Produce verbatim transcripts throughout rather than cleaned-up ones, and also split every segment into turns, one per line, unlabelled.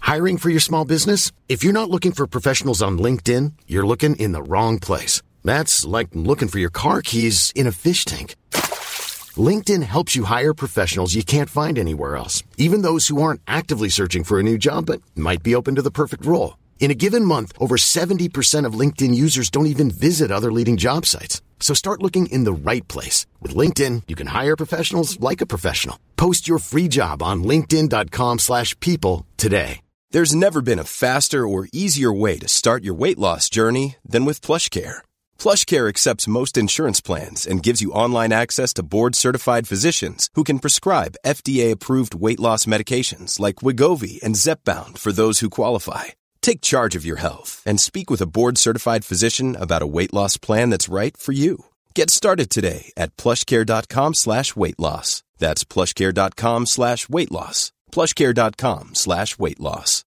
Hiring for your small business? If you're not looking for professionals on LinkedIn, you're looking in the wrong place. That's like looking for your car keys in a fish tank. LinkedIn helps you hire professionals you can't find anywhere else, even those who aren't actively searching for a new job but might be open to the perfect role. In a given month, over seventy percent of LinkedIn users don't even visit other leading job sites. So start looking in the right place. With LinkedIn, you can hire professionals like a professional. Post your free job on linkedin.com slash people today.
There's never been a faster or easier way to start your weight loss journey than with PlushCare. PlushCare accepts most insurance plans and gives you online access to board-certified physicians who can prescribe F D A-approved weight loss medications like Wegovy and Zepbound for those who qualify. Take charge of your health and speak with a board-certified physician about a weight loss plan that's right for you. Get started today at plushcare.com slash weight loss. That's plushcare.com slash weight loss. plushcare.com slash weight loss.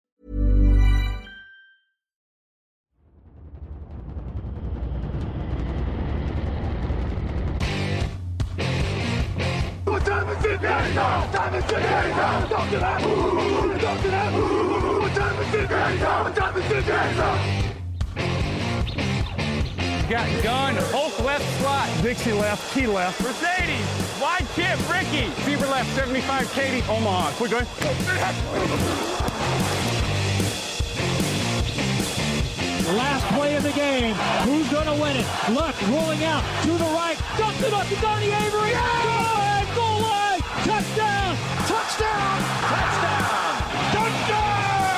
What time is it now? What time is it now? Don't do that. Don't do that. What time is it now? What time is it now?
Got gun, Hulk left slot, Dixie left, Key left, Mercedes, wide chip, Ricky, Fever left, seventy-five, Katie, Omaha. Quick going.
Last play of the game. Who's gonna win it? Luck rolling out to the right. Dumps it up to Donnie Avery. Yeah! Goal line, goal line. Touchdown, touchdown, touchdown, touchdown.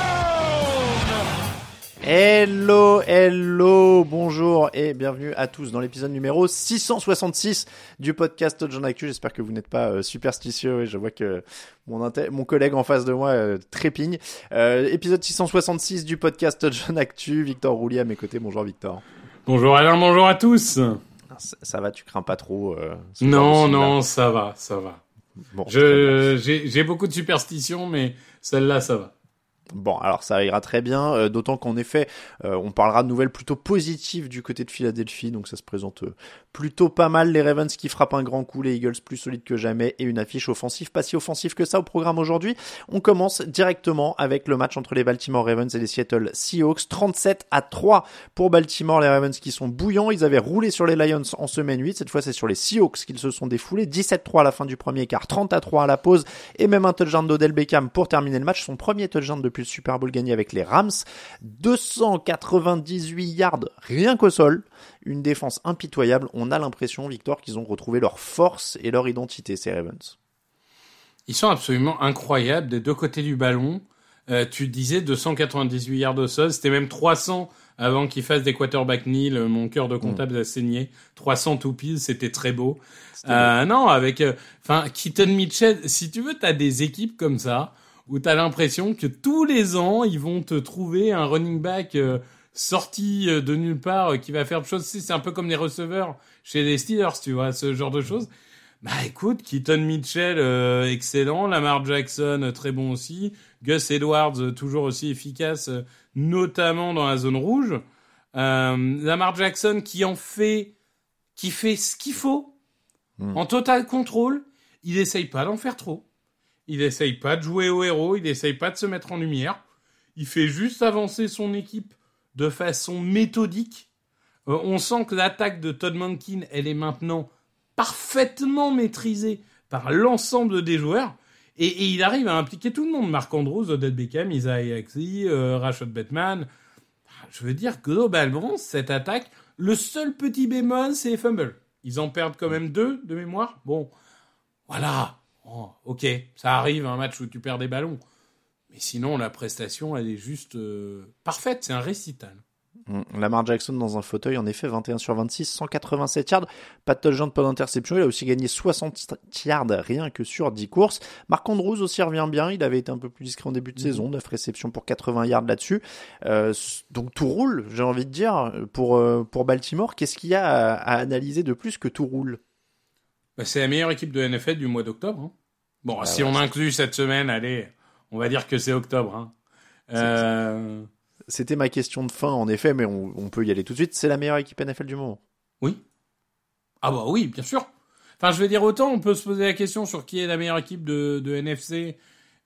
Hello, hello, bonjour et bienvenue à tous dans l'épisode numéro six cent soixante-six du podcast Touchdown Actu. J'espère que vous n'êtes pas euh, superstitieux et je vois que mon, inter- mon collègue en face de moi euh, trépigne. Euh, épisode six cent soixante-six du podcast Touchdown Actu. Victor Roulier à mes côtés. Bonjour Victor.
Bonjour Alain, bonjour à tous.
Ça, ça va, tu crains pas trop euh,
Non, non, là. ça va, ça va.
Bon,
je, j'ai, j'ai beaucoup de superstitions, mais celle-là, ça va.
Bon, alors ça ira très bien, euh, d'autant qu'en effet, euh, on parlera de nouvelles plutôt positives du côté de Philadelphie, donc ça se présente euh, plutôt pas mal. Les Ravens qui frappent un grand coup, les Eagles plus solides que jamais, et une affiche offensive, pas si offensive que ça au programme aujourd'hui. On commence directement avec le match entre les Baltimore Ravens et les Seattle Seahawks, trente-sept à trois pour Baltimore, les Ravens qui sont bouillants. Ils avaient roulé sur les Lions en semaine huit, cette fois c'est sur les Seahawks qu'ils se sont défoulés, dix-sept trois à la fin du premier quart, trente à trois à la pause, et même un touchdown d'Odell Beckham pour terminer le match, son premier touchdown depuis le Super Bowl gagné avec les Rams, deux cent quatre-vingt-dix-huit yards rien qu'au sol, une défense impitoyable. On a l'impression, Victor, qu'ils ont retrouvé leur force et leur identité, ces Ravens.
Ils sont absolument incroyables des deux côtés du ballon. Euh, tu disais deux cent quatre-vingt-dix-huit yards au sol, c'était même trois cents avant qu'ils fassent des quarterback kneel. Mon cœur de comptable mmh. a saigné. trois cents tout pile, c'était très beau. Euh, non, avec, enfin, euh, Keaton Mitchell, si tu veux, t'as des équipes comme ça où t'as l'impression que tous les ans, ils vont te trouver un running back euh, sorti euh, de nulle part euh, qui va faire de choses. C'est un peu comme les receveurs chez les Steelers, tu vois, ce genre de choses. Bah écoute, Keaton Mitchell, euh, excellent. Lamar Jackson, euh, très bon aussi. Gus Edwards, euh, toujours aussi efficace, euh, notamment dans la zone rouge. Euh, Lamar Jackson qui en fait, qui fait ce qu'il faut, mmh. en total contrôle. Il essaye pas d'en faire trop. Il essaye pas de jouer au héros, il essaye pas de se mettre en lumière. Il fait juste avancer son équipe de façon méthodique. Euh, on sent que l'attaque de Todd Monken, elle est maintenant parfaitement maîtrisée par l'ensemble des joueurs. Et, et il arrive à impliquer tout le monde. Mark Andrews, Odell Beckham, Isaiah Yaxley, euh, Rashad Bateman. Je veux dire, globalement, cette attaque, le seul petit bémol, c'est les fumbles. Ils en perdent quand même deux de mémoire. Bon, voilà. Oh, ok, ça arrive un match où tu perds des ballons. Mais sinon, la prestation, elle est juste euh, parfaite. C'est un récital.
Lamar Jackson dans un fauteuil, en effet, vingt et un sur vingt-six, cent quatre-vingt-sept yards. Pas de touchdown, pas d'interception. Il a aussi gagné soixante yards rien que sur dix courses. Mark Andrews aussi revient bien. Il avait été un peu plus discret en début de mmh. saison. neuf réceptions pour quatre-vingts yards là-dessus. Euh, donc tout roule, j'ai envie de dire, pour, euh, pour Baltimore. Qu'est-ce qu'il y a à, à analyser de plus que tout roule?
Bah, c'est la meilleure équipe de N F L du mois d'octobre. Hein. Bon, ah, si ouais, on c'est... inclut cette semaine, allez, on va dire que c'est octobre. Hein. Euh...
C'était ma question de fin, en effet, mais on, on peut y aller tout de suite. C'est la meilleure équipe N F L du moment.
Oui. Ah bah oui, bien sûr. Enfin, je veux dire, autant on peut se poser la question sur qui est la meilleure équipe de, de N F C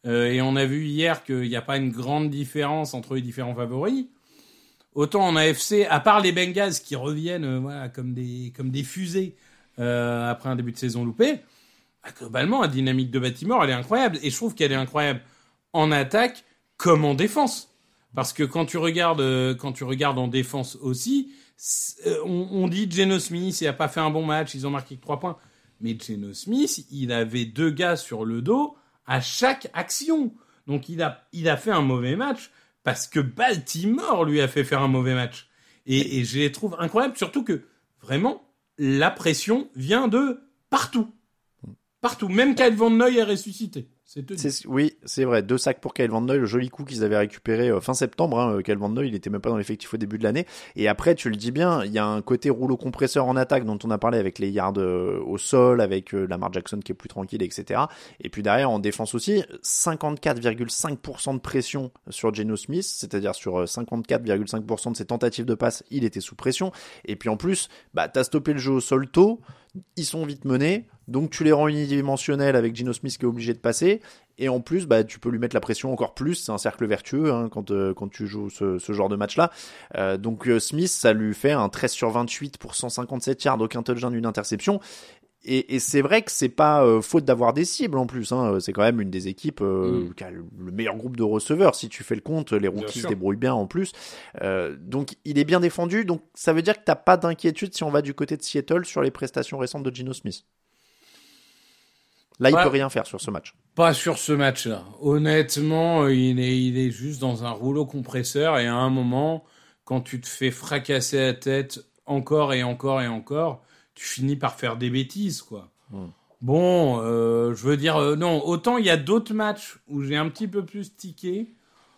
euh, et on a vu hier qu'il n'y a pas une grande différence entre les différents favoris. Autant en A F C, à part les Bengals qui reviennent euh, voilà, comme des comme des fusées euh, après un début de saison loupé, bah, globalement, la dynamique de Baltimore, elle est incroyable. Et je trouve qu'elle est incroyable en attaque comme en défense. Parce que quand tu regardes, euh, quand tu regardes en défense aussi, euh, on, on dit Geno Smith, il a pas fait un bon match, ils ont marqué que trois points. Mais Geno Smith, il avait deux gars sur le dos à chaque action. Donc il a, il a fait un mauvais match. Parce que Baltimore lui a fait faire un mauvais match. Et, et je les trouve incroyables, surtout que, vraiment, la pression vient de partout. Partout. Même Kyle Van Noy est ressuscité. C'est
c'est, oui, c'est vrai. Deux sacs pour Kyle Van Noy, le joli coup qu'ils avaient récupéré euh, fin septembre. Hein, Kyle Van Noy, il était même pas dans l'effectif au début de l'année. Et après, tu le dis bien, il y a un côté rouleau compresseur en attaque dont on a parlé avec les yards euh, au sol, avec euh, Lamar Jackson qui est plus tranquille, et cetera. Et puis derrière, en défense aussi, cinquante-quatre virgule cinq pour cent de pression sur Geno Smith, c'est-à-dire sur cinquante-quatre virgule cinq pour cent de ses tentatives de passe, il était sous pression. Et puis en plus, bah, t'as stoppé le jeu au sol tôt, ils sont vite menés, donc tu les rends unidimensionnels avec Geno Smith qui est obligé de passer. Et en plus, bah, tu peux lui mettre la pression encore plus. C'est un cercle vertueux hein, quand, euh, quand tu joues ce, ce genre de match-là. Euh, donc euh, Smith, ça lui fait un treize sur vingt-huit pour cent cinquante-sept yards, aucun touchdown, une interception. Et, et c'est vrai que c'est pas euh, faute d'avoir des cibles en plus. Hein. C'est quand même une des équipes euh, mm. qui a le, le meilleur groupe de receveurs. Si tu fais le compte, les rookies se débrouillent bien en plus. Euh, donc il est bien défendu. Donc ça veut dire que t'as pas d'inquiétude si on va du côté de Seattle sur les prestations récentes de Geno Smith. Là, il ouais. peut rien faire sur ce match.
Pas sur ce match-là. Honnêtement, il est, il est juste dans un rouleau compresseur et à un moment, quand tu te fais fracasser la tête encore et encore et encore, tu finis par faire des bêtises, quoi. Mmh. Bon, euh, je veux dire, euh, non, autant il y a d'autres matchs où j'ai un petit peu plus tiqué,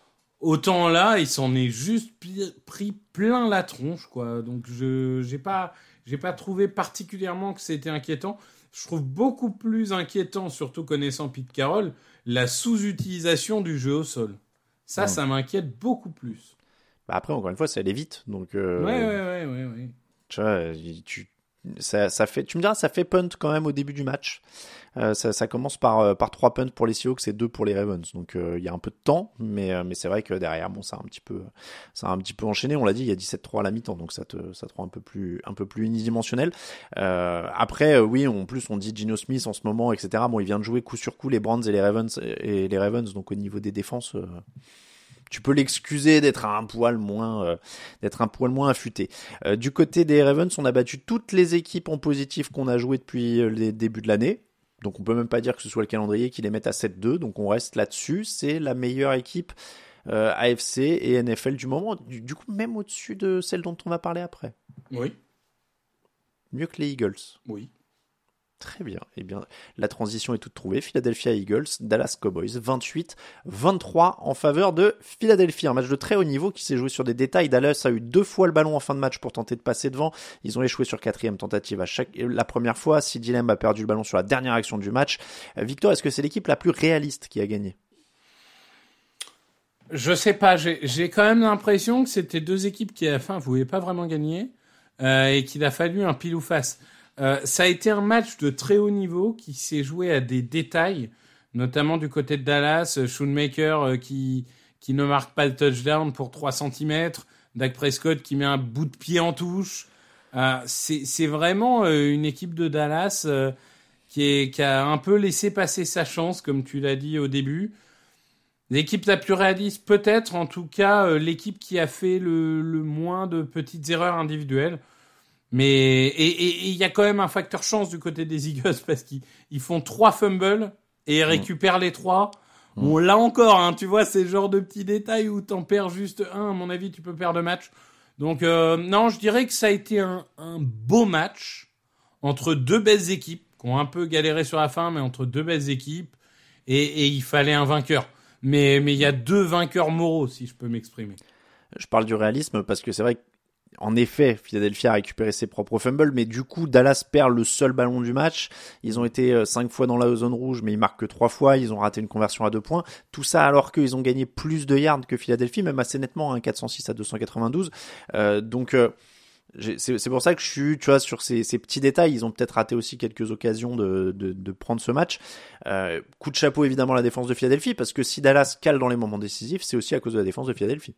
autant là, il s'en est juste pi- pris plein la tronche, quoi. Donc, je j'ai pas, j'ai pas trouvé particulièrement que c'était inquiétant. Je trouve beaucoup plus inquiétant, surtout connaissant Pete Carroll, la sous-utilisation du jeu au sol. Ça, mmh. ça m'inquiète beaucoup plus.
Bah après, encore une fois, ça allait vite, donc. Euh...
Ouais, ouais, ouais, ouais, ouais.
Tu vois, tu, ça, ça fait. Tu me diras, ça fait punt quand même au début du match. Euh, ça, ça commence par euh, par trois punts pour les Seahawks et deux pour les Ravens. Donc il euh, y a un peu de temps, mais euh, mais c'est vrai que derrière, bon, ça a un petit peu, ça a un petit peu enchaîné. On l'a dit, il y a dix-sept trois à la mi-temps, donc ça te ça te rend un peu plus un peu plus unidimensionnel. Euh, après, euh, oui, en plus on dit Geno Smith en ce moment, et cetera. Bon, il vient de jouer coup sur coup les Browns et les Ravens et, et les Ravens, donc au niveau des défenses. Euh, Tu peux l'excuser d'être un poil moins, euh, d'être un poil moins affûté. Euh, du côté des Ravens, on a battu toutes les équipes en positif qu'on a joué depuis les débuts de l'année. Donc on peut même pas dire que ce soit le calendrier qui les mette à sept deux. Donc on reste là-dessus. C'est la meilleure équipe euh, A F C et N F L du moment. Du, du coup, même au-dessus de celle dont on va parler après.
Oui.
Mieux que les Eagles.
Oui.
Très bien. Eh bien, la transition est toute trouvée. Philadelphia Eagles, Dallas Cowboys, vingt-huit vingt-trois en faveur de Philadelphie. Un match de très haut niveau qui s'est joué sur des détails. Dallas a eu deux fois le ballon en fin de match pour tenter de passer devant. Ils ont échoué sur quatrième tentative à chaque, la première fois. CeeDee Lamb a perdu le ballon sur la dernière action du match. Victor, est-ce que c'est l'équipe la plus réaliste qui a gagné?
Je sais pas. J'ai, j'ai quand même l'impression que c'était deux équipes qui à la fin ne pouvaient pas vraiment gagner, euh, et qu'il a fallu un pile ou face. Euh, ça a été un match de très haut niveau qui s'est joué à des détails, notamment du côté de Dallas, Schoonmaker euh, qui qui ne marque pas le touchdown pour trois centimètres, Dak Prescott qui met un bout de pied en touche. Euh, c'est c'est vraiment euh, une équipe de Dallas euh, qui est qui a un peu laissé passer sa chance, comme tu l'as dit au début. L'équipe la plus réaliste, peut-être, en tout cas euh, l'équipe qui a fait le le moins de petites erreurs individuelles. Mais et il y a quand même un facteur chance du côté des Eagles parce qu'ils ils font trois fumbles et récupèrent mmh. les trois. Mmh. Bon, là encore, hein, tu vois, c'est le genre de petits détails où t'en perds juste un. À mon avis, tu peux perdre le match. Donc euh, non, je dirais que ça a été un, un beau match entre deux belles équipes qui ont un peu galéré sur la fin, mais entre deux belles équipes et, et il fallait un vainqueur. Mais mais il y a deux vainqueurs moraux, si je peux m'exprimer.
Je parle du réalisme parce que c'est vrai que en effet, Philadelphia a récupéré ses propres fumbles, mais du coup, Dallas perd le seul ballon du match. Ils ont été cinq fois dans la zone rouge, mais ils marquent que trois fois. Ils ont raté une conversion à deux points. Tout ça alors qu'ils ont gagné plus de yards que Philadelphie, même assez nettement, hein, quatre cent six à deux cent quatre-vingt-douze. Euh, donc, euh, J'ai, c'est, c'est pour ça que je suis, tu vois, sur ces, ces petits détails. Ils ont peut-être raté aussi quelques occasions de, de, de prendre ce match. Euh, coup de chapeau évidemment à la défense de Philadelphie, parce que si Dallas cale dans les moments décisifs, c'est aussi à cause de la défense de Philadelphie.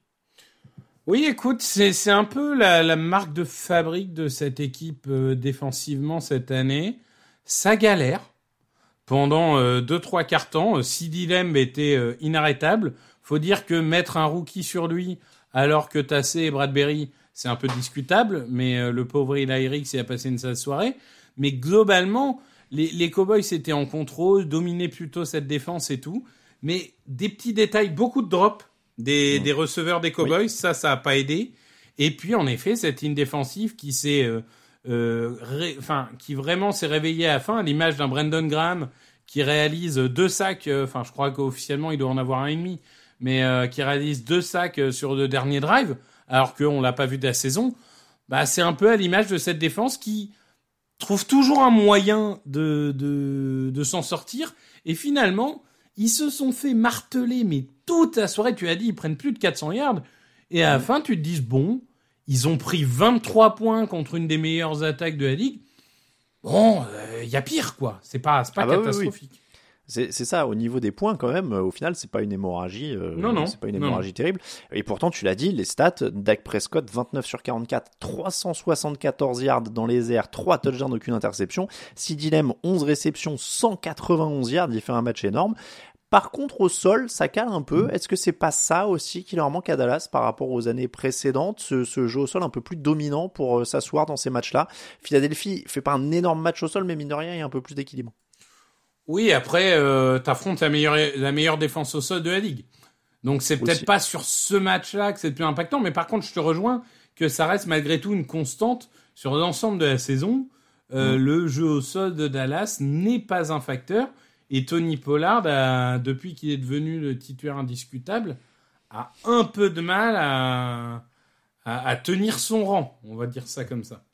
Oui, écoute, c'est, c'est un peu la, la marque de fabrique de cette équipe euh, défensivement cette année. Ça galère pendant euh, deux trois quarts temps. CeeDee Lamb était euh, inarrêtable. Faut dire que mettre un rookie sur lui alors que Tassé et Bradbury, c'est un peu discutable, mais euh, le pauvre Eli Ricks, il a passé une sale soirée. Mais globalement, les, les Cowboys étaient en contrôle, dominaient plutôt cette défense et tout. Mais des petits détails, beaucoup de drops des, mmh. des receveurs des Cowboys, oui. ça, ça a pas aidé. Et puis, en effet, cette ligne défensive qui s'est, euh, euh, ré, enfin, qui vraiment s'est réveillée à la fin, à l'image d'un Brandon Graham qui réalise deux sacs, enfin, euh, je crois qu'officiellement, il doit en avoir un et demi, mais euh, qui réalise deux sacs sur le dernier drive, alors qu'on l'a pas vu de la saison. Bah, c'est un peu à l'image de cette défense qui trouve toujours un moyen de, de, de s'en sortir. Et finalement, ils se sont fait marteler, mais toute la soirée, tu as dit, ils prennent plus de quatre cents yards. Et à la fin, tu te dis, bon, ils ont pris vingt-trois points contre une des meilleures attaques de la ligue. Bon, il euh, y a pire, quoi. C'est pas, c'est pas ah bah catastrophique.
Oui, oui. C'est, c'est ça, au niveau des points quand même, au final, c'est pas une hémorragie, euh,
non, non,
c'est pas une hémorragie
non.
terrible. Et pourtant, tu l'as dit, les stats, Dak Prescott, vingt-neuf sur quarante-quatre, trois cent soixante-quatorze yards dans les airs, trois touchdowns, aucune interception. CeeDee Lamb, onze réceptions, cent quatre-vingt-onze yards, il fait un match énorme. Par contre, au sol, ça cale un peu. Est-ce que c'est pas ça aussi qui leur manque à Dallas par rapport aux années précédentes, ce, ce jeu au sol un peu plus dominant pour euh, s'asseoir dans ces matchs-là? Philadelphie fait pas un énorme match au sol, mais mine de rien, il y a un peu plus d'équilibre.
Oui, après, euh, t'affrontes la meilleure, la meilleure défense au sol de la ligue. Donc, c'est peut-être aussi pas sur ce match-là que c'est le plus impactant, mais par contre, je te rejoins que ça reste malgré tout une constante sur l'ensemble de la saison. Euh, mmh. Le jeu au sol de Dallas n'est pas un facteur. Et Tony Pollard, a, depuis qu'il est devenu le titulaire indiscutable, a un peu de mal à, à, à tenir son rang. On va dire ça comme ça.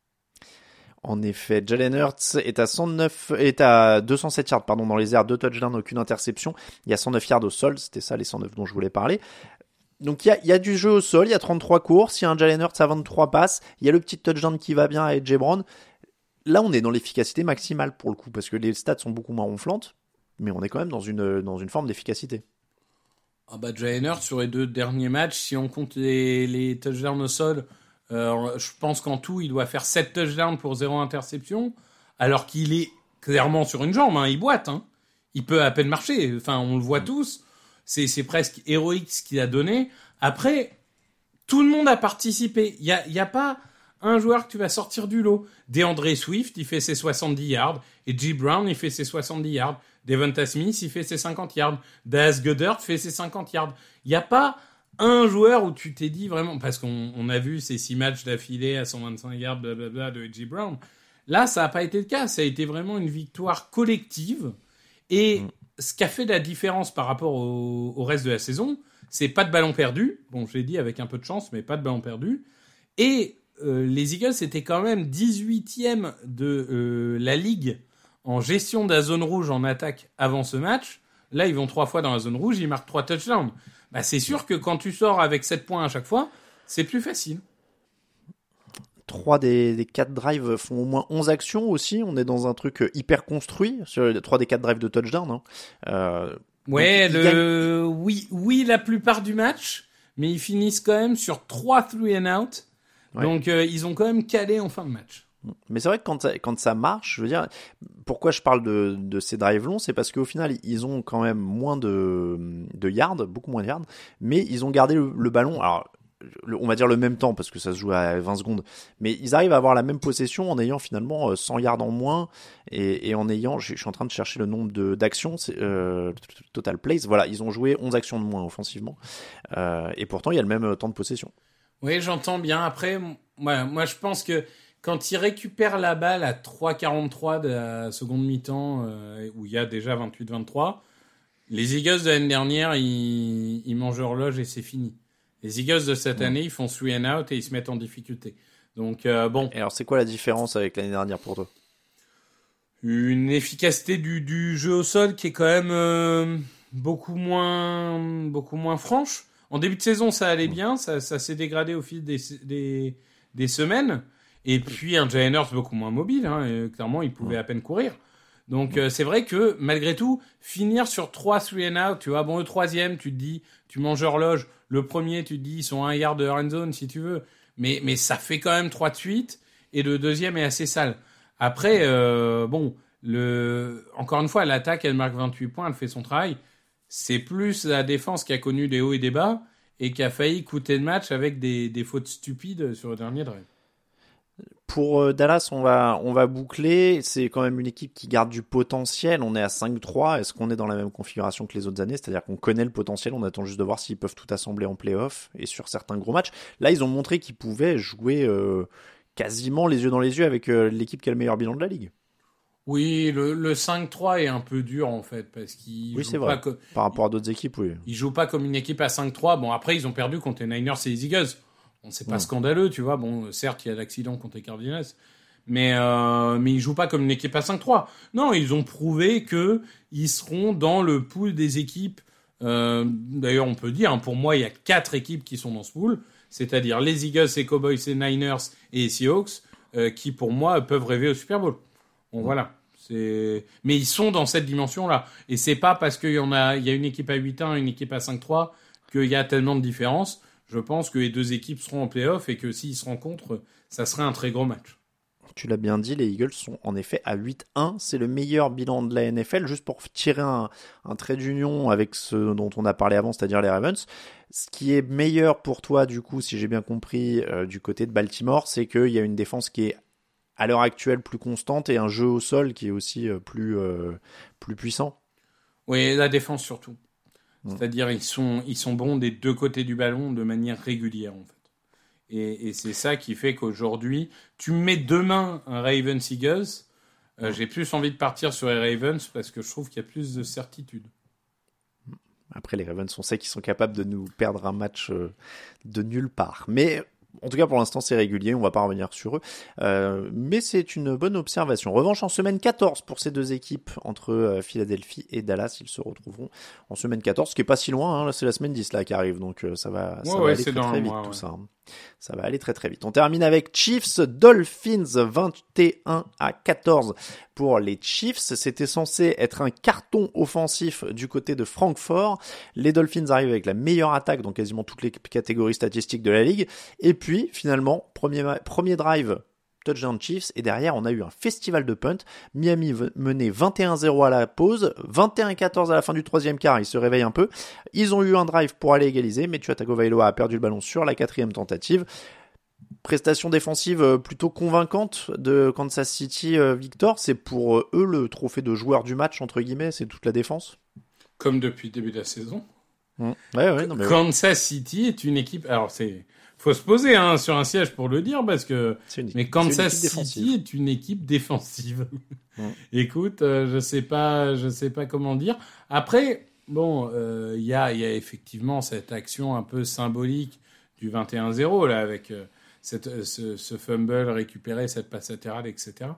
En effet, Jalen Hurts est à cent neuf, est à deux cent sept yards, pardon, dans les airs, deux touchdowns, aucune interception. Il y a cent neuf yards au sol, c'était ça les cent neuf dont je voulais parler. Donc il y a, il y a du jeu au sol, il y a trente-trois courses, il y a un Jalen Hurts à vingt-trois passes, il y a le petit touchdown qui va bien à A J Brown. Là, on est dans l'efficacité maximale pour le coup, parce que les stats sont beaucoup moins ronflantes, mais on est quand même dans une, dans une forme d'efficacité.
Ah bah, Jalen Hurts, sur les deux derniers matchs, si on compte les, les touchdowns au sol, euh, je pense qu'en tout, il doit faire sept touchdowns pour zéro interception, alors qu'il est clairement sur une jambe, hein, il boite, hein. Il peut à peine marcher, enfin, on le voit tous, c'est, c'est presque héroïque ce qu'il a donné. Après, tout le monde a participé, il y a, il y a pas un joueur que tu vas sortir du lot. DeAndre Swift, il fait ses soixante-dix yards. Et G. Brown, il fait ses soixante-dix yards. Devonta Smith, il fait ses cinquante yards. Dallas Goedert fait ses cinquante yards. Il n'y a pas un joueur où tu t'es dit vraiment... Parce qu'on on a vu ces six matchs d'affilée à cent vingt-cinq yards, blablabla, de G. Brown. Là, ça n'a pas été le cas. Ça a été vraiment une victoire collective. Et mm. ce qui a fait la différence par rapport au, au reste de la saison, c'est pas de ballon perdu. Bon, je l'ai dit avec un peu de chance, mais pas de ballon perdu. Et... Euh, les Eagles étaient quand même dix-huitième de euh, la ligue en gestion de la zone rouge en attaque avant ce match. Là, ils vont trois fois dans la zone rouge, ils marquent trois touchdowns. Bah, c'est sûr que quand tu sors avec sept points à chaque fois, c'est plus facile.
Trois des, des quatre drives font au moins onze actions aussi. On est dans un truc hyper construit sur les trois des quatre drives de touchdown. Hein. Euh,
ouais, le... oui, oui, la plupart du match, mais ils finissent quand même sur trois three and out. Ouais. Donc, euh, ils ont quand même calé en fin de match.
Mais c'est vrai que quand ça, quand ça marche, je veux dire, pourquoi je parle de, de ces drives longs, c'est parce qu'au final, ils ont quand même moins de, de yards, beaucoup moins de yards, mais ils ont gardé le, le ballon, alors, le, on va dire le même temps, parce que ça se joue à vingt secondes, mais ils arrivent à avoir la même possession en ayant finalement cent yards en moins, et, et en ayant, je, je suis en train de chercher le nombre de, d'actions, c'est, euh, total plays, voilà, ils ont joué onze actions de moins offensivement, euh, et pourtant, il y a le même temps de possession.
Oui, j'entends bien. Après, moi, moi, je pense que quand il récupère la balle à trois quarante-trois de la seconde mi-temps, euh, où il y a déjà vingt-huit vingt-trois, les Eagles de l'année dernière, ils, ils mangent l'horloge et c'est fini. Les Eagles de cette ouais. année, ils font three and out et ils se mettent en difficulté. Donc, euh, bon.
Et alors, c'est quoi la différence avec l'année dernière pour toi?
Une efficacité du, du jeu au sol qui est quand même euh, beaucoup moins, beaucoup moins franche. En début de saison, ça allait bien, ça, ça s'est dégradé au fil des, des, des semaines. Et puis un Jalen Hurts beaucoup moins mobile. Hein, et clairement, il pouvait à peine courir. Donc euh, c'est vrai que malgré tout, finir sur trois three and out, tu vois, bon le troisième, tu te dis, tu manges horloge. Le premier, tu te dis, ils sont à un yard de leur end zone si tu veux. Mais, mais ça fait quand même trois de suite. Et le deuxième est assez sale. Après, euh, bon, le... encore une fois, l'attaque, elle marque vingt-huit points, elle fait son travail. C'est plus la défense qui a connu des hauts et des bas et qui a failli coûter le match avec des, des fautes stupides sur le dernier drive.
Pour Dallas, on va, on va boucler. C'est quand même une équipe qui garde du potentiel. On est à cinq trois. Est-ce qu'on est dans la même configuration que les autres années ? C'est-à-dire qu'on connaît le potentiel. On attend juste de voir s'ils peuvent tout assembler en play-off et sur certains gros matchs. Là, ils ont montré qu'ils pouvaient jouer euh, quasiment les yeux dans les yeux avec euh, l'équipe qui a le meilleur bilan de la ligue.
Oui, le, le cinq trois est un peu dur en fait parce qu'ils
oui,
jouent
c'est
pas
vrai.
Co-
Par rapport à d'autres équipes, oui.
Ils jouent pas comme une équipe à cinq trois. Bon, après, ils ont perdu contre les Niners et les Eagles. Bon, c'est pas
mmh.
scandaleux, tu vois. Bon, certes, il y a l'accident contre les Cardinals. Mais, euh, mais ils jouent pas comme une équipe à cinq trois. Non, ils ont prouvé que ils seront dans le pool des équipes. Euh, d'ailleurs, on peut dire, hein, pour moi, il y a quatre équipes qui sont dans ce pool. C'est-à-dire les Eagles, les Cowboys, les Niners et les Seahawks, euh, qui, pour moi, peuvent rêver au Super Bowl. Bon, mmh. voilà. C'est... Mais ils sont dans cette dimension-là. Et c'est pas parce qu'il y en a, il y a une équipe à huit un, une équipe à cinq trois, qu'il y a tellement de différence. Je pense que les deux équipes seront en play-off et que s'ils se rencontrent, ça serait un très gros match.
Tu l'as bien dit, les Eagles sont en effet à huit un. C'est le meilleur bilan de la N F L. Juste pour tirer un, un trait d'union avec ce dont on a parlé avant, c'est-à-dire les Ravens. Ce qui est meilleur pour toi, du coup, si j'ai bien compris, euh, du côté de Baltimore, c'est qu'il y a une défense qui est à l'heure actuelle plus constante et un jeu au sol qui est aussi euh, plus, euh, plus puissant.
Oui, la défense surtout. Mmh. C'est-à-dire ils sont, ils sont bons des deux côtés du ballon de manière régulière, en fait. Et, et c'est ça qui fait qu'aujourd'hui, tu mets demain un Ravens-Eagles, euh, j'ai plus envie de partir sur les Ravens parce que je trouve qu'il y a plus de certitude.
Après, les Ravens, on sait qu'ils sont capables de nous perdre un match euh, de nulle part. Mais en tout cas, pour l'instant, c'est régulier, on va pas revenir sur eux. Euh, mais c'est une bonne observation. Revanche, en semaine quatorze pour ces deux équipes, entre euh, Philadelphie et Dallas, ils se retrouveront en semaine quatorze, ce qui est pas si loin, hein. Là, c'est la semaine dix là qui arrive, donc euh, ça va, ça
ouais,
va
ouais,
aller très très vite
mois,
tout
ouais.
ça. Hein. Ça va aller très très vite. On termine avec Chiefs Dolphins, vingt et un à quatorze pour les Chiefs. C'était censé être un carton offensif du côté de Francfort. Les Dolphins arrivent avec la meilleure attaque dans quasiment toutes les catégories statistiques de la ligue. Et puis finalement, premier, premier drive, touchdown Chiefs, et derrière on a eu un festival de punt. Miami menait vingt et un zéro à la pause, vingt et un quatorze à la fin du troisième quart, ils se réveillent un peu. Ils ont eu un drive pour aller égaliser, mais Tua Tagovailoa a perdu le ballon sur la quatrième tentative. Prestation défensive plutôt convaincante de Kansas City, Victor. C'est pour eux le trophée de joueur du match, entre guillemets, c'est toute la défense.
Comme depuis le début de la saison.
Mmh. Ouais, ouais, non, mais
Kansas ouais. City est une équipe... Alors, c'est... faut se poser hein, sur un siège pour le dire, parce que...
Équipe,
mais Kansas City est une équipe défensive. Mmh. Écoute, euh, je sais pas, je sais pas comment dire. Après, bon, il euh, y, a, y a effectivement cette action un peu symbolique du vingt et un zéro, là, avec euh, cette, ce, ce fumble récupéré, cette passe latérale, et cetera.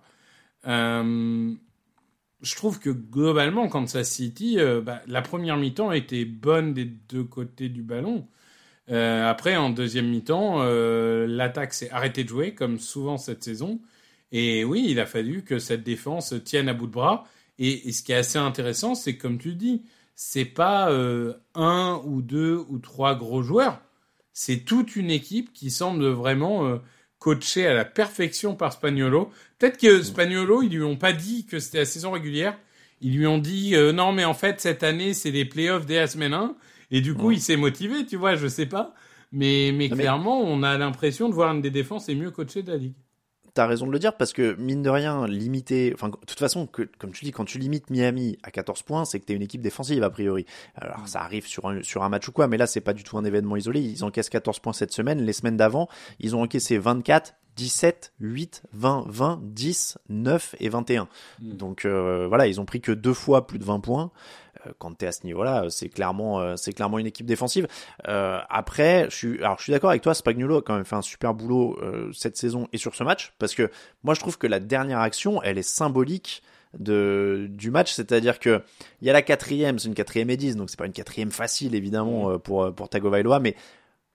Euh, je trouve que globalement, Kansas City, euh, bah, la première mi-temps était bonne des deux côtés du ballon. Euh, après, en deuxième mi-temps, euh, l'attaque s'est arrêtée de jouer, comme souvent cette saison. Et oui, il a fallu que cette défense tienne à bout de bras. Et, et ce qui est assez intéressant, c'est que, comme tu le dis, c'est pas euh, un ou deux ou trois gros joueurs. C'est toute une équipe qui semble vraiment euh, coachée à la perfection par Spagnuolo. Peut-être que Spagnuolo, ils lui ont pas dit que c'était la saison régulière. Ils lui ont dit euh, non, mais en fait, cette année, c'est les playoffs dès la semaine un. Et du coup, ouais. il s'est motivé, tu vois, je sais pas. Mais, mais non, clairement, mais... on a l'impression de voir une des défenses les mieux coachées de la ligue.
T'as raison de le dire, parce que, mine de rien, limiter... Enfin, de toute façon, que, comme tu dis, quand tu limites Miami à quatorze points, c'est que t'es une équipe défensive, a priori. Alors, ça arrive sur un, sur un match ou quoi, mais là, c'est pas du tout un événement isolé. Ils encaissent quatorze points cette semaine. Les semaines d'avant, ils ont encaissé vingt-quatre, dix-sept, huit, vingt, vingt, dix, neuf et vingt et un. Mmh. Donc, euh, voilà, ils ont pris que deux fois plus de vingt points. Quand t'es à ce niveau-là, c'est clairement, c'est clairement une équipe défensive. Euh, après, je suis, alors je suis d'accord avec toi, Spagnuolo a quand même fait un super boulot euh, cette saison et sur ce match, parce que moi je trouve que la dernière action, elle est symbolique de du match, c'est-à-dire que il y a la quatrième, c'est une quatrième et dix, donc c'est pas une quatrième facile évidemment pour pour Tagovailoa, mais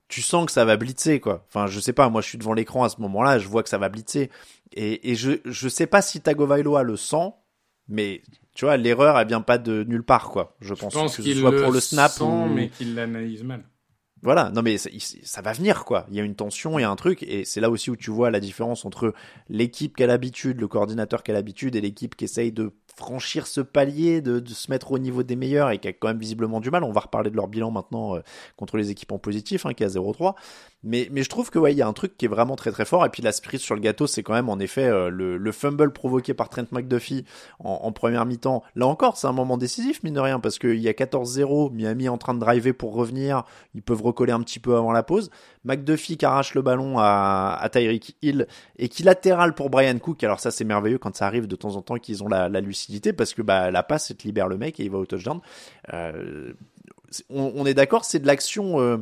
tu sens que ça va blitzer, quoi. Enfin, je sais pas, moi je suis devant l'écran à ce moment-là, je vois que ça va blitzer. Et, et je, je sais pas si Tagovailoa le sent, mais tu vois, l'erreur, elle vient pas de nulle part, quoi. Je pense,
je pense
que
qu'il
ce soit
le
pour le snap
sent,
ou...
mais qu'il l'analyse mal.
Voilà, non mais ça, ça va venir, quoi. Il y a une tension, il y a un truc, et c'est là aussi où tu vois la différence entre l'équipe qui a l'habitude, le coordinateur qui a l'habitude, et l'équipe qui essaye de franchir ce palier, de, de se mettre au niveau des meilleurs, et qui a quand même visiblement du mal. On va reparler de leur bilan maintenant euh, contre les équipes en positif, hein, qui est à zéro trois. Mais, mais je trouve que ouais, il y a un truc qui est vraiment très très fort, et puis la cerise sur le gâteau, c'est quand même en effet euh, le, le fumble provoqué par Trent McDuffie en, en première mi-temps. Là encore, c'est un moment décisif, mine de rien, parce qu'il y a quatorze zéro, Miami est en train de driver pour revenir, ils peuvent recoller un petit peu avant la pause. McDuffie qui arrache le ballon à, à Tyreek Hill et qui latérale pour Brian Cook. Alors ça, c'est merveilleux quand ça arrive de temps en temps qu'ils ont la, la lucidité, parce que bah, la passe, ça te libère le mec et il va au touchdown. Euh, on, on est d'accord, c'est de l'action... Euh...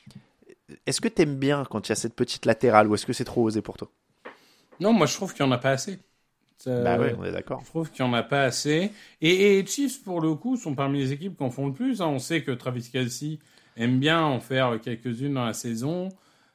Est-ce que t'aimes bien quand il y a cette petite latérale, ou est-ce que c'est trop osé pour toi?
Non, moi je trouve qu'il n'y en a pas assez. Ça,
bah ouais, on est d'accord.
Je trouve qu'il n'y en a pas assez. Et, et Chiefs, pour le coup, sont parmi les équipes qui en font le plus. Hein. On sait que Travis Kelce aime bien en faire quelques-unes dans la saison.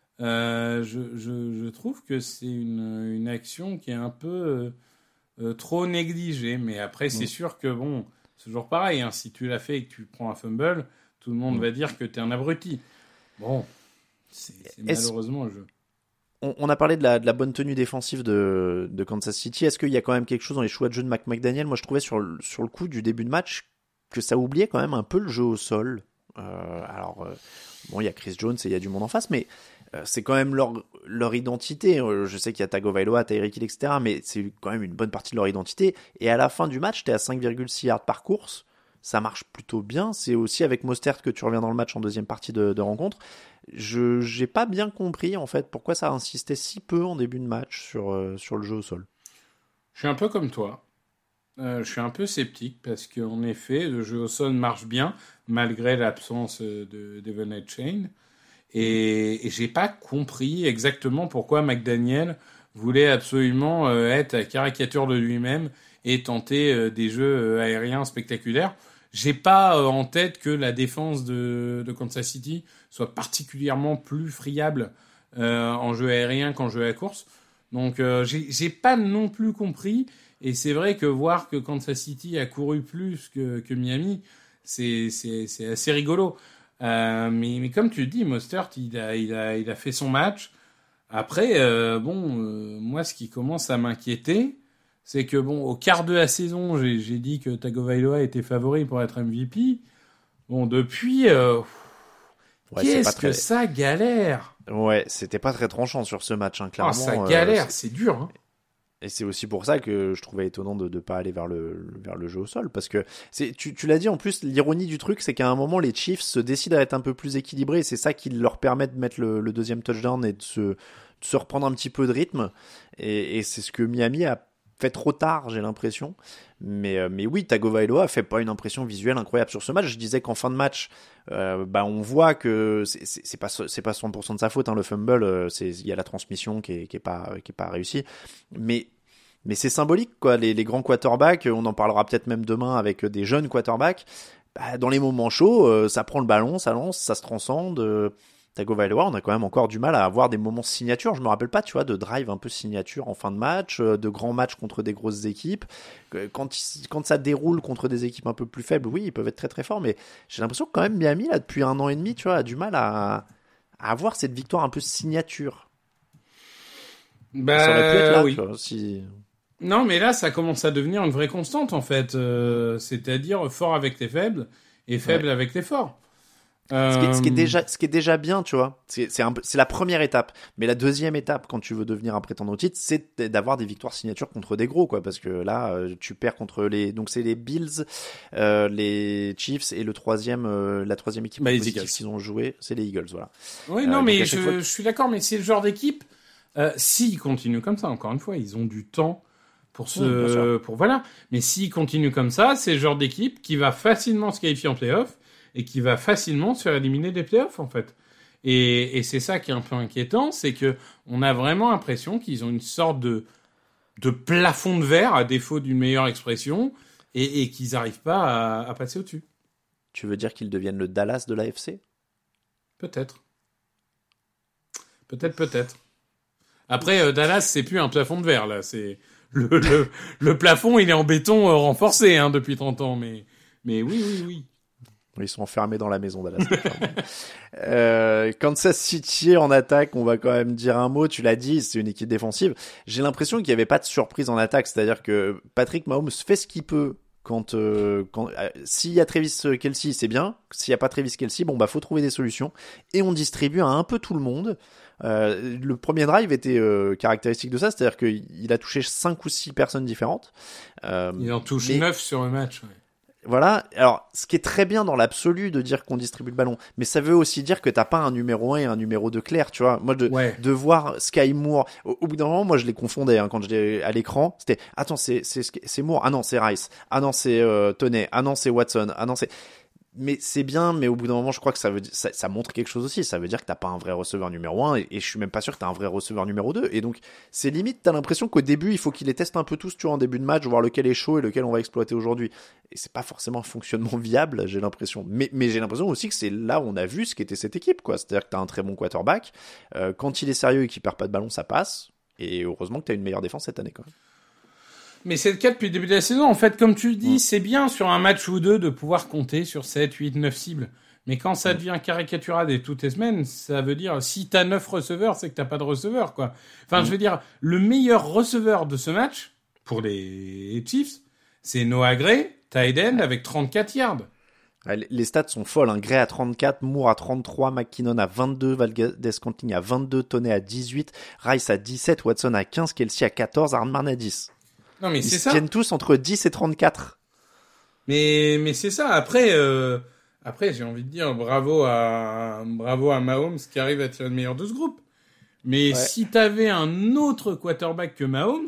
Euh, je, je, je trouve que c'est une, une action qui est un peu euh, euh, trop négligée. Mais après, c'est mmh. sûr que bon, c'est toujours pareil. Hein. Si tu l'as fait et que tu prends un fumble, tout le monde mmh. va dire que tu es un abruti. Bon, c'est, c'est malheureusement le jeu.
On, on a parlé de la, de la bonne tenue défensive de, de Kansas City. Est-ce qu'il y a quand même quelque chose dans les choix de jeu de Mike McDaniel? Moi, je trouvais sur le, sur le coup du début de match que ça oubliait quand même un peu le jeu au sol. Euh, alors, euh, bon, il y a Chris Jones et il y a du monde en face, mais euh, c'est quand même leur, leur identité. Euh, je sais qu'il y a Tagovailoa, Tyreek Hill, et cetera, mais c'est quand même une bonne partie de leur identité. Et à la fin du match, t'es à cinq virgule six yards par course. Ça marche plutôt bien. C'est aussi avec Mostert que tu reviens dans le match en deuxième partie de, de rencontre. Je j'ai pas bien compris en fait pourquoi ça insistait si peu en début de match sur, euh, sur le jeu au sol.
Je suis un peu comme toi. Euh, je suis un peu sceptique parce qu'en effet, le jeu au sol marche bien malgré l'absence de Devon Achane. Et, et j'ai pas compris exactement pourquoi McDaniel voulait absolument euh, être la caricature de lui-même et tenter euh, des jeux aériens spectaculaires. J'ai pas euh, en tête que la défense de, de Kansas City soit particulièrement plus friable euh, en jeu aérien qu'en jeu à course. Donc euh, j'ai, j'ai pas non plus compris. Et c'est vrai que voir que Kansas City a couru plus que, que Miami, c'est, c'est, c'est assez rigolo. Euh, mais, mais comme tu le dis, Mostert, il a, il a, il a fait son match. Après, euh, bon, euh, moi, ce qui commence à m'inquiéter, c'est que, bon, au quart de la saison, j'ai, j'ai dit que Tagovailoa était favori pour être M V P. Bon, depuis, euh, ouais, qu'est-ce que très... ça galère.
Ouais, c'était pas très tranchant sur ce match, hein, clairement.
Oh, ça galère,
euh, c'est...
c'est dur, hein.
Et c'est aussi pour ça que je trouvais étonnant de ne pas aller vers le, vers le jeu au sol. Parce que c'est, tu, tu l'as dit, en plus, l'ironie du truc, c'est qu'à un moment, les Chiefs se décident à être un peu plus équilibrés. Et c'est ça qui leur permet de mettre le, le deuxième touchdown et de se, de se reprendre un petit peu de rythme. Et, et c'est ce que Miami a fait trop tard, j'ai l'impression. Mais, mais oui, Tagovailoa fait pas une impression visuelle incroyable sur ce match. Je disais qu'en fin de match, euh, bah on voit que c'est, c'est, c'est pas c'est pas cent pour cent de sa faute, hein, le fumble. C'est il y a la transmission qui est qui est pas qui est pas réussie. Mais mais c'est symbolique, quoi. Les, les grands quarterbacks, on en parlera peut-être même demain avec des jeunes quarterbacks. Bah, dans les moments chauds, euh, ça prend le ballon, ça lance, ça se transcende. Euh, Tagovailoa, on a quand même encore du mal à avoir des moments signature. Je me rappelle pas, tu vois, de drive un peu signature en fin de match, de grands matchs contre des grosses équipes. Quand, quand ça déroule contre des équipes un peu plus faibles, oui, ils peuvent être très très forts, mais j'ai l'impression que quand même Miami, là, depuis un an et demi, tu vois, a du mal à, à avoir cette victoire un peu signature.
Bah,
ça aurait pu être là,
oui.
Tu vois, si...
Non, mais là, ça commence à devenir une vraie constante, en fait. Euh, c'est-à-dire fort avec les faibles et faible ouais. avec les forts.
Ce qui, est, ce, qui est déjà, ce qui est déjà bien, tu vois, c'est, c'est, un, c'est la première étape. Mais la deuxième étape, quand tu veux devenir un prétendant au titre, c'est d'avoir des victoires signatures contre des gros, quoi. Parce que là, tu perds contre les, donc c'est les Bills, euh, les Chiefs et le troisième, euh, la troisième équipe
bah,
qu'ils ont joué, c'est les Eagles, voilà.
Oui, non,
euh,
mais je,
fois...
je suis d'accord, mais c'est le genre d'équipe. Euh, s'ils continuent comme ça, encore une fois, ils ont du temps pour se, oui, pour voilà. Mais s'ils continuent comme ça, c'est le genre d'équipe qui va facilement se qualifier en play-off. Et qui va facilement se faire éliminer des playoffs, en fait. Et, et c'est ça qui est un peu inquiétant, c'est que on a vraiment l'impression qu'ils ont une sorte de, de plafond de verre, à défaut d'une meilleure expression, et, et qu'ils n'arrivent pas à, à passer au-dessus.
Tu veux dire qu'ils deviennent le Dallas de l'A F C ?
Peut-être. Peut-être, peut-être. Après, euh, Dallas, c'est plus un plafond de verre, là. C'est le, le, le plafond, il est en béton euh, renforcé hein, depuis trente ans. Mais, mais oui, oui, oui.
Ils sont enfermés dans la maison Dallas. euh, Kansas City en attaque, on va quand même dire un mot. Tu l'as dit, c'est une équipe défensive. J'ai l'impression qu'il n'y avait pas de surprise en attaque. C'est-à-dire que Patrick Mahomes fait ce qu'il peut. Quand, euh, quand euh, s'il y a Travis Kelce, c'est bien. S'il y a pas Travis Kelce, bon bah faut trouver des solutions. Et on distribue à un peu tout le monde. Euh, le premier drive était euh, caractéristique de ça, c'est-à-dire qu'il a touché cinq ou six personnes différentes. Euh,
Il en touche
mais...
neuf sur le match. Ouais.
Voilà. Alors, ce qui est très bien dans l'absolu de dire qu'on distribue le ballon, mais ça veut aussi dire que t'as pas un numéro un et un numéro deux clair, tu vois. Moi, de,
ouais.
de voir Sky Moore, au, au bout d'un moment, moi, je les confondais, hein, quand je l'ai à l'écran. C'était, attends, c'est, c'est, c'est Moore. Ah non, c'est Rice. Ah non, c'est, euh, Toney. Ah non, c'est Watson. Ah non, c'est, mais c'est bien, mais au bout d'un moment, je crois que ça veut, ça, ça montre quelque chose aussi. Ça veut dire que t'as pas un vrai receveur numéro un, et, et je suis même pas sûr que t'as un vrai receveur numéro deux. Et donc, c'est limite, t'as l'impression qu'au début, il faut qu'il les teste un peu tous, tu vois, en début de match, voir lequel est chaud et lequel on va exploiter aujourd'hui. Et c'est pas forcément un fonctionnement viable, j'ai l'impression. Mais, mais j'ai l'impression aussi que c'est là où on a vu ce qu'était cette équipe, quoi. C'est-à-dire que t'as un très bon quarterback. Euh, quand il est sérieux et qu'il perd pas de ballon, ça passe. Et heureusement que t'as une meilleure défense cette année, quand même.
Mais c'est le cas depuis le début de la saison. En fait, comme tu le dis, mmh. c'est bien sur un match ou deux de pouvoir compter sur sept, huit, neuf cibles. Mais quand ça devient caricatural et toutes les semaines, ça veut dire, si t'as neuf receveurs, c'est que t'as pas de receveur, quoi. Enfin, mmh. je veux dire, le meilleur receveur de ce match, pour les Chiefs, c'est Noah Gray, tight end, avec trente-quatre yards.
Les stats sont folles, hein. Gray à trente-quatre, Moore à trente-trois, McKinnon à vingt-deux, Valdez-Scantling à vingt-deux, Toney à dix-huit, Rice à dix-sept, Watson à quinze, Kelce à quatorze, Hardman à dix.
Non, mais
Ils
c'est
se
ça.
tiennent tous entre dix et trente-quatre.
Mais, mais c'est ça. Après, euh, après, j'ai envie de dire bravo à, bravo à Mahomes qui arrive à tirer le meilleur de ce groupe. Mais ouais. si t'avais un autre quarterback que Mahomes,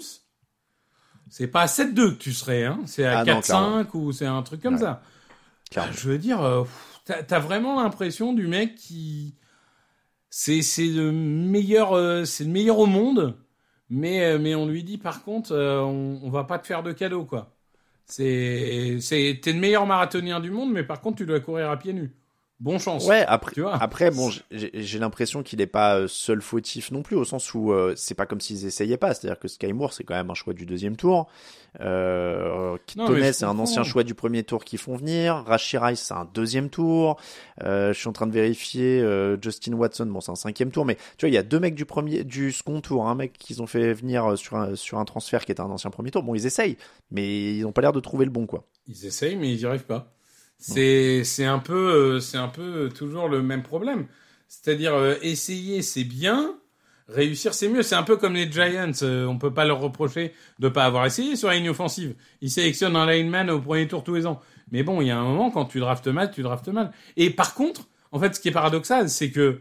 c'est pas à sept deux que tu serais, hein. C'est à ah quatre cinq ou c'est un truc comme ouais. ça. Clairement. Je veux dire, euh, t'as, t'as vraiment l'impression du mec qui, c'est, c'est le meilleur, euh, c'est le meilleur au monde. Mais, mais on lui dit, par contre, euh, on, on va pas te faire de cadeau, quoi. C'est, c'est, t'es le meilleur marathonien du monde, mais par contre, tu dois courir à pieds nus. Bon chance.
Ouais, après,
tu vois.
après bon, j'ai, j'ai l'impression qu'il n'est pas seul fautif non plus, au sens où euh, c'est pas comme s'ils essayaient pas. C'est-à-dire que Sky Moore, c'est quand même un choix du deuxième tour. Euh, Toney, c'est un ancien choix du premier tour qu'ils font venir. Rashee Rice, c'est un deuxième tour. Euh, je suis en train de vérifier. Euh, Justin Watson, bon, c'est un cinquième tour. Mais tu vois, il y a deux mecs du premier, du second tour, un hein, mec qu'ils ont fait venir sur un, sur un transfert qui était un ancien premier tour. Bon, ils essayent, mais ils ont pas l'air de trouver le bon, quoi.
Ils essayent, mais ils y arrivent pas. C'est, c'est un peu, euh, c'est un peu toujours le même problème. C'est-à-dire, euh, essayer, c'est bien. Réussir, c'est mieux. C'est un peu comme les Giants. Euh, on peut pas leur reprocher de pas avoir essayé sur la ligne offensive. Ils sélectionnent un lineman au premier tour tous les ans. Mais bon, il y a un moment, quand tu draftes mal, tu draftes mal. Et par contre, en fait, ce qui est paradoxal, c'est que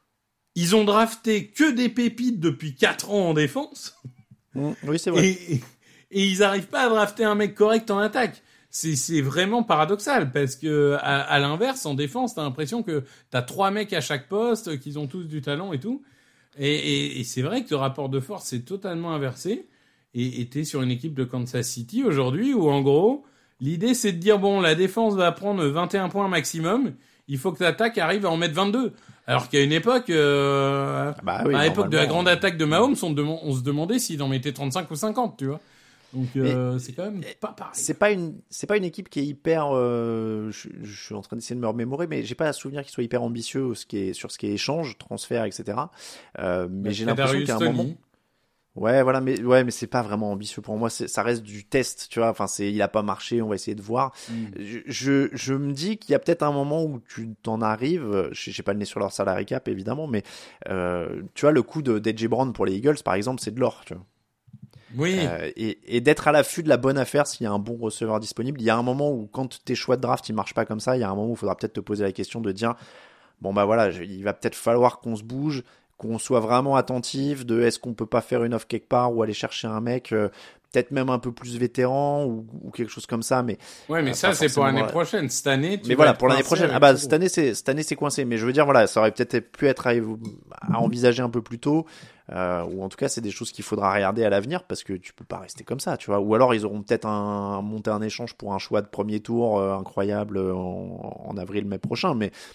ils ont drafté que des pépites depuis quatre ans en défense.
Mmh, oui, c'est vrai.
Et, et, et ils arrivent pas à drafter un mec correct en attaque. C'est, c'est vraiment paradoxal parce que à, à l'inverse, en défense, t'as l'impression que t'as trois mecs à chaque poste, qu'ils ont tous du talent et tout. Et, et, et c'est vrai que le rapport de force est totalement inversé. Et, et t'es sur une équipe de Kansas City aujourd'hui où en gros, l'idée c'est de dire bon, la défense va prendre vingt et un points maximum. Il faut que l'attaque arrive à en mettre vingt-deux. Alors qu'à une époque, euh, bah oui, à l'époque de la grande attaque de Mahomes, on, dem- on se demandait s'il en mettait trente-cinq ou cinquante, tu vois. Donc euh, c'est quand même pas pareil.
C'est pas une c'est pas une équipe qui est hyper euh, je, je suis en train d'essayer de me remémorer, mais j'ai pas à souvenir qu'ils soient hyper ambitieux ce qui est, sur ce qui est échange, transfert, et cetera. Euh, mais bah, j'ai l'impression qu'à un Tony. moment ouais voilà mais ouais mais c'est pas vraiment ambitieux pour moi, c'est, ça reste du test, tu vois. Enfin c'est il a pas marché, on va essayer de voir. Mm. Je, je je me dis qu'il y a peut-être un moment où tu t'en arrives, j'ai, j'ai pas le nez sur leur salary cap évidemment, mais euh, tu vois le coup de d'A J Brown pour les Eagles par exemple, c'est de l'or, tu vois.
Oui.
Euh, et, et d'être à l'affût de la bonne affaire s'il y a un bon receveur disponible. Il y a un moment où quand tes choix de draft ils marchent pas comme ça, il y a un moment où il faudra peut-être te poser la question de dire bon bah voilà, il va peut-être falloir qu'on se bouge, qu'on soit vraiment attentif de est-ce qu'on peut pas faire une offre quelque part ou aller chercher un mec euh, peut-être même un peu plus vétéran ou, ou quelque chose comme ça. Mais
ouais, mais euh, ça c'est pour l'année prochaine. Cette année, tu
mais voilà, pour l'année prochaine. Ah bah cette année c'est cette année c'est coincé. Mais je veux dire voilà, ça aurait peut-être pu être à, à envisager un peu plus tôt. Euh, ou en tout cas c'est des choses qu'il faudra regarder à l'avenir parce que tu peux pas rester comme ça, tu vois. Ou alors ils auront peut-être un, monté un échange pour un choix de premier tour euh, incroyable en, en avril mai prochain, mais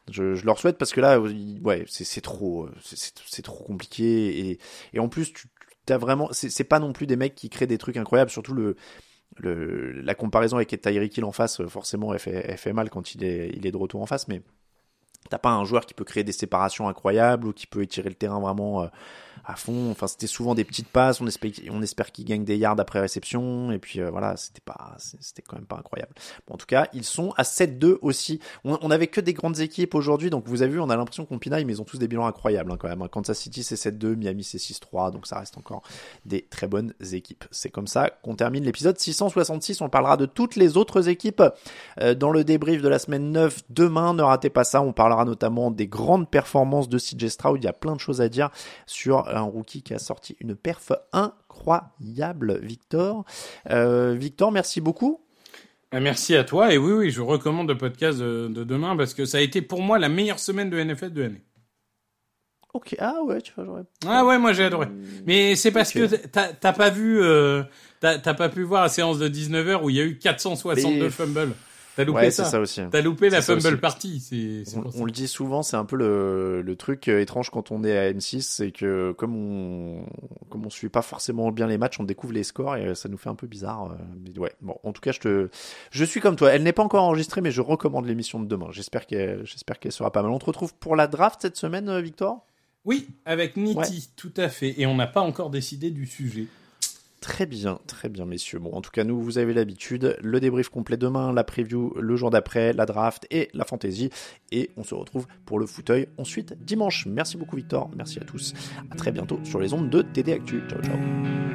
Je, je leur souhaite parce que là, ouais, c'est, c'est trop, c'est, c'est, c'est trop compliqué et, et en plus, tu t'as vraiment, c'est, c'est pas non plus des mecs qui créent des trucs incroyables, surtout le, le, la comparaison avec Tyreek Hill en face, forcément, elle fait, elle fait mal quand il est, il est de retour en face, mais t'as pas un joueur qui peut créer des séparations incroyables ou qui peut étirer le terrain vraiment euh, à fond. Enfin, c'était souvent des petites passes. On espère, on espère qu'il gagne des yards après réception. Et puis euh, voilà, c'était pas, c'était quand même pas incroyable. Bon, en tout cas, ils sont à sept deux aussi. On, on avait que des grandes équipes aujourd'hui. Donc vous avez vu, on a l'impression qu'on pinaille, mais ils ont tous des bilans incroyables hein, quand même. Kansas City c'est sept deux, Miami c'est six trois. Donc ça reste encore des très bonnes équipes. C'est comme ça qu'on termine l'épisode six cent soixante-six. On parlera de toutes les autres équipes euh, dans le débrief de la semaine neuf demain. Ne ratez pas ça. On parlera notamment des grandes performances de C J Stroud. Il y a plein de choses à dire sur un rookie qui a sorti une perf incroyable, Victor. Euh, Victor, merci beaucoup.
Merci à toi. Et oui, oui, je recommande le podcast de, de demain parce que ça a été pour moi la meilleure semaine de N F L de l'année.
Ok, ah ouais, tu vois, j'aurais...
Ah ouais, moi j'ai adoré. Mais c'est parce okay. que t'as, t'as pas vu, euh, t'as, t'as pas pu voir la séance de dix-neuf heures où il y a eu quatre cent soixante-deux Mais... fumbles. T'as loupé
ouais,
ça.
c'est ça aussi.
T'as loupé
c'est
la fumble party. C'est, c'est
on, on le dit souvent, c'est un peu le, le truc étrange quand on est à M six, c'est que comme on, comme on suit pas forcément bien les matchs, on découvre les scores et ça nous fait un peu bizarre. Mais ouais, bon, en tout cas, je te, je suis comme toi. Elle n'est pas encore enregistrée, mais je recommande l'émission de demain. J'espère qu'elle, j'espère qu'elle sera pas mal. On te retrouve pour la draft cette semaine, Victor?
Oui, avec Niti,
ouais.
Tout à fait. Et on n'a pas encore décidé du sujet.
Très bien, très bien, messieurs. Bon, en tout cas, nous, vous avez l'habitude. Le débrief complet demain, la preview le jour d'après, la draft et la fantasy. Et on se retrouve pour le fauteuil ensuite dimanche. Merci beaucoup, Victor. Merci à tous. À très bientôt sur les ondes de T D Actu. Ciao, ciao.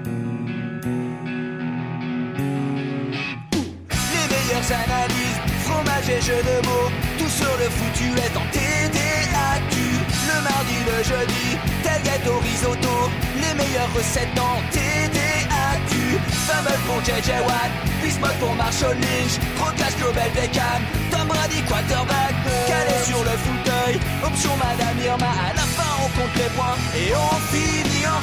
Les meilleures analyses, fromage et jeux de mots. Tout sur le foutu est en T D Actu. Le mardi, le jeudi, tailgate au risotto. Les meilleures recettes en T D Actu. Fumble pour J J Watt, Bismuth pour Marshall Lynch, Rocas Global Beckham, Tom Brady quarterback, calé sur le fauteuil, option Madame Irma, à la fin on compte les points et on finit en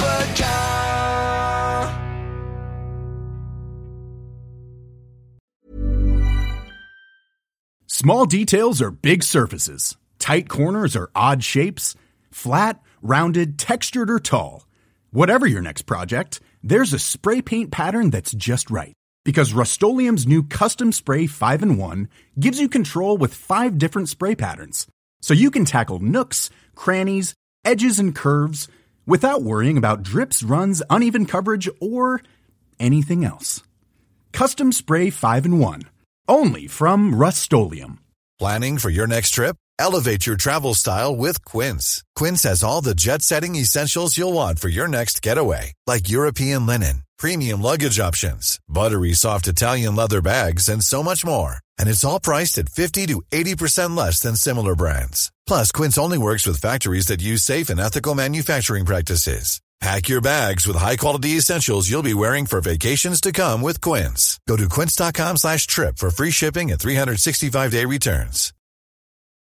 requin.
Small details are big surfaces. Tight corners are odd shapes. Flat, rounded, textured, or tall. Whatever your next project, there's a spray paint pattern that's just right. Because Rust-Oleum's new Custom Spray five in one gives you control with five different spray patterns. So you can tackle nooks, crannies, edges, and curves without worrying about drips, runs, uneven coverage, or anything else. Custom Spray five in one. Only from Rust-Oleum.
Planning for your next trip? Elevate your travel style with Quince. Quince has all the jet-setting essentials you'll want for your next getaway, like European linen, premium luggage options, buttery soft Italian leather bags, and so much more. And it's all priced at fifty to eighty percent less than similar brands. Plus, Quince only works with factories that use safe and ethical manufacturing practices. Pack your bags with high-quality essentials you'll be wearing for vacations to come with Quince. Go to quince.com slash trip for free shipping and three sixty-five day returns.